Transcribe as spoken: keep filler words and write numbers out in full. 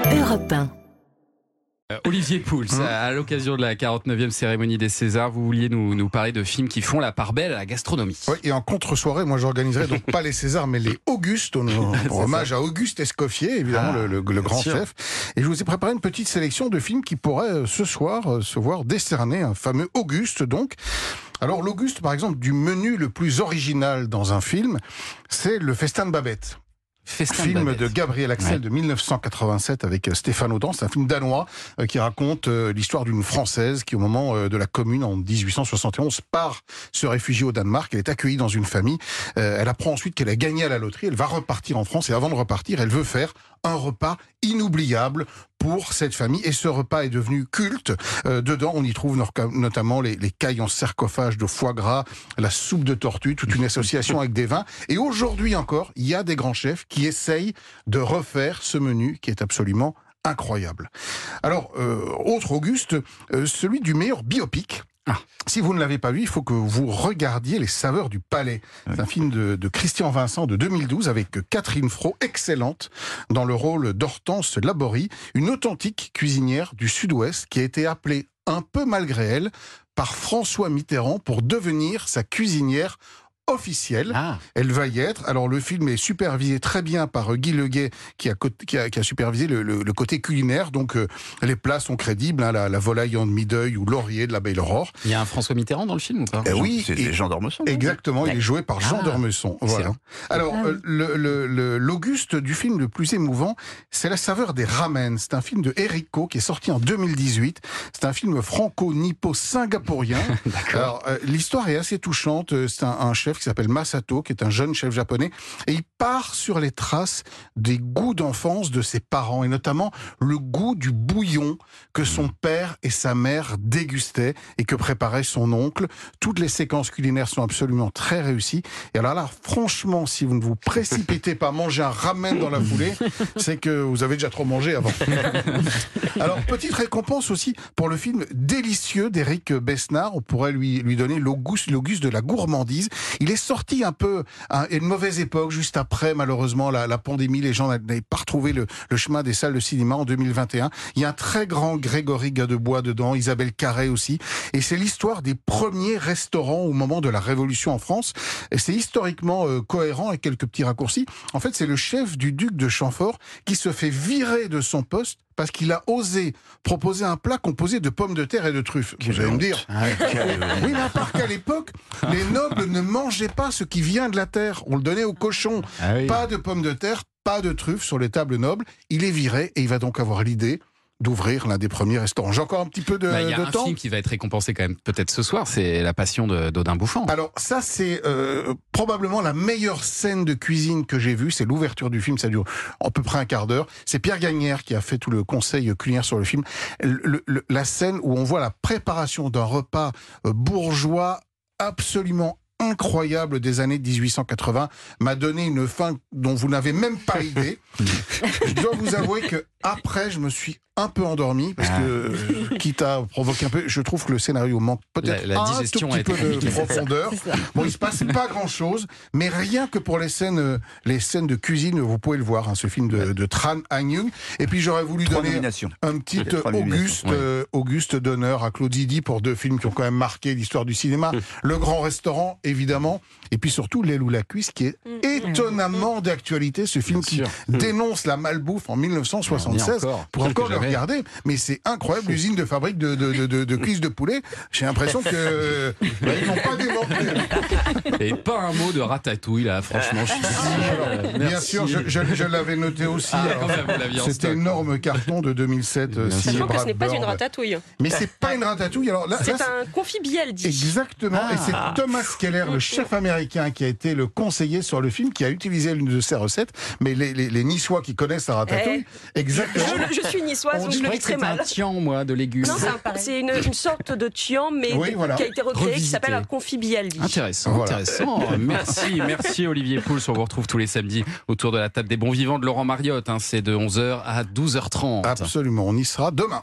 Europe un. Euh, Olivier Pouls, mmh. à l'occasion de la quarante-neuvième cérémonie des Césars, vous vouliez nous, nous parler de films qui font la part belle à la gastronomie. Oui, et en contre-soirée, moi j'organiserai donc pas les Césars, mais les Augustes, en hommage ça. à Auguste Escoffier, évidemment, ah, le, le, le grand sûr. chef. Et je vous ai préparé une petite sélection de films qui pourraient ce soir se voir décerner un fameux Auguste, donc. Alors l'Auguste, par exemple, du menu le plus original dans un film, c'est Le Festin de Babette. Festin film de, de Gabriel Axel ouais. de mille neuf cent quatre-vingt-sept avec Stéphane Audin. C'est un film danois euh, qui raconte euh, l'histoire d'une Française qui, au moment euh, de la Commune en dix-huit cent soixante et onze, part se réfugier au Danemark. Elle est accueillie dans une famille. Euh, elle apprend ensuite qu'elle a gagné à la loterie. Elle va repartir en France et avant de repartir, elle veut faire un repas inoubliable pour cette famille. Et ce repas est devenu culte. Euh, dedans, on y trouve notamment les, les cailles en sarcophage de foie gras, la soupe de tortue, toute une association avec des vins. Et aujourd'hui encore, il y a des grands chefs qui essayent de refaire ce menu qui est absolument incroyable. Alors, euh, autre Auguste, euh, celui du meilleur biopic. Ah. Si vous ne l'avez pas vu, il faut que vous regardiez Les Saveurs du Palais. Oui. C'est un film de, de Christian Vincent de deux mille douze avec Catherine Fro, excellente, dans le rôle d'Hortense Laborie, une authentique cuisinière du Sud-Ouest qui a été appelée, un peu malgré elle, par François Mitterrand pour devenir sa cuisinière officielle. Ah. Elle va y être. Alors le film est supervisé très bien par Guy Leguet qui a, qui a, qui a supervisé le, le, le côté culinaire. Donc euh, les plats sont crédibles, hein, la, la volaille en demi-deuil ou laurier de la Belle Aurore. Il y a un François Mitterrand dans le film ou pas? eh Oui, c'est Jean d'Ormesson. Exactement, il est joué par Jean ah. d'Ormesson. Voilà. Alors ah, oui. euh, le, le, l'Auguste du film le plus émouvant, c'est La Saveur des ramen. C'est un film de Eric Co qui est sorti en deux mille dix-huit. C'est un film franco-nippo-singapourien. Alors euh, l'histoire est assez touchante. C'est un, un chef qui s'appelle Masato, qui est un jeune chef japonais, et il part sur les traces des goûts d'enfance de ses parents, et notamment le goût du bouillon que son père et sa mère dégustaient et que préparait son oncle. Toutes les séquences culinaires sont absolument très réussies. Et alors là, franchement, si vous ne vous précipitez pas à manger un ramen dans la foulée, c'est que vous avez déjà trop mangé avant. Alors, petite récompense aussi pour le film Délicieux d'Éric Besnard. On pourrait lui, lui donner l'Auguste, l'Auguste de la gourmandise. Il est sorti un peu à une mauvaise époque, juste après malheureusement la, la pandémie, les gens n'avaient pas retrouvé le, le chemin des salles de cinéma en deux mille vingt et un. Il y a un très grand Grégory Gadebois dedans, Isabelle Carré aussi, et c'est l'histoire des premiers restaurants au moment de la Révolution en France, et c'est historiquement euh, cohérent avec quelques petits raccourcis. En fait, c'est le chef du duc de Chamfort qui se fait virer de son poste parce qu'il a osé proposer un plat composé de pommes de terre et de truffes. Vous allez me dire. Ah oui, oui, mais à part qu'à l'époque, les nobles ne mangeaient pas ce qui vient de la terre. On le donnait aux cochons. Ah oui. Pas de pommes de terre, pas de truffes sur les tables nobles. Il est viré et il va donc avoir l'idée d'ouvrir l'un des premiers restaurants. J'ai encore un petit peu de, bah, y a de un temps. film qui va être récompensé quand même peut-être ce soir, c'est La Passion de, d'Odin Bouffant. Alors ça, c'est euh, probablement la meilleure scène de cuisine que j'ai vue. C'est l'ouverture du film, ça dure à peu près un quart d'heure. C'est Pierre Gagnère qui a fait tout le conseil culinaire sur le film. Le, le, la scène où on voit la préparation d'un repas euh, bourgeois absolument incroyable des années dix-huit cent quatre-vingts m'a donné une faim dont vous n'avez même pas idée. Je dois vous avouer que après, je me suis un peu endormi parce que, euh, quitte à provoquer un peu, je trouve que le scénario manque peut-être la, la un tout petit peu de profondeur. Bon, il se passe pas grand-chose, mais rien que pour les scènes, euh, les scènes de cuisine, vous pouvez le voir, hein, ce film de, de Tran Anh Yung. Et puis j'aurais voulu Trois donner un petit Auguste, euh, Auguste d'honneur à Claude Zidi pour deux films qui ont quand même marqué l'histoire du cinéma. Le Grand Restaurant, évidemment, et puis surtout L'aile ou la cuisse, qui est étonnamment d'actualité. Ce film Bien qui sûr. dénonce la malbouffe en mille neuf cent soixante-seize. Encore. Pour encore le regarder, mais c'est incroyable, l'usine de fabrique de, de, de, de, de cuisses de poulet. J'ai l'impression que bah, ils n'ont pas démonté. Et pas un mot de ratatouille là, franchement. Je suis alors, bien sûr, je, je, je l'avais noté aussi. Ah, cet énorme carton de deux mille sept. Je crois que ce n'est pas une ratatouille. Mais c'est pas une ratatouille. Alors là, c'est là, un confit Bialdi. Exactement. Ah. Et c'est Thomas Keller, le chef américain, qui a été le conseiller sur le film, qui a utilisé l'une de ses recettes. Mais les, les, les Niçois qui connaissent la ratatouille, eh, exactement. Je, je suis niçoise, donc je le vis très mal. C'est un tian, moi, de légumes. Non, c'est une, une sorte de tian, mais oui, voilà. qui a été recréé, Revisité. Qui s'appelle un confit Bialdi. Intéressant, voilà. intéressant. Merci, merci Olivier Pouls. On vous retrouve tous les samedis autour de la table des bons vivants de Laurent Mariotte. Hein. C'est de onze heures à douze heures trente. Absolument, on y sera demain.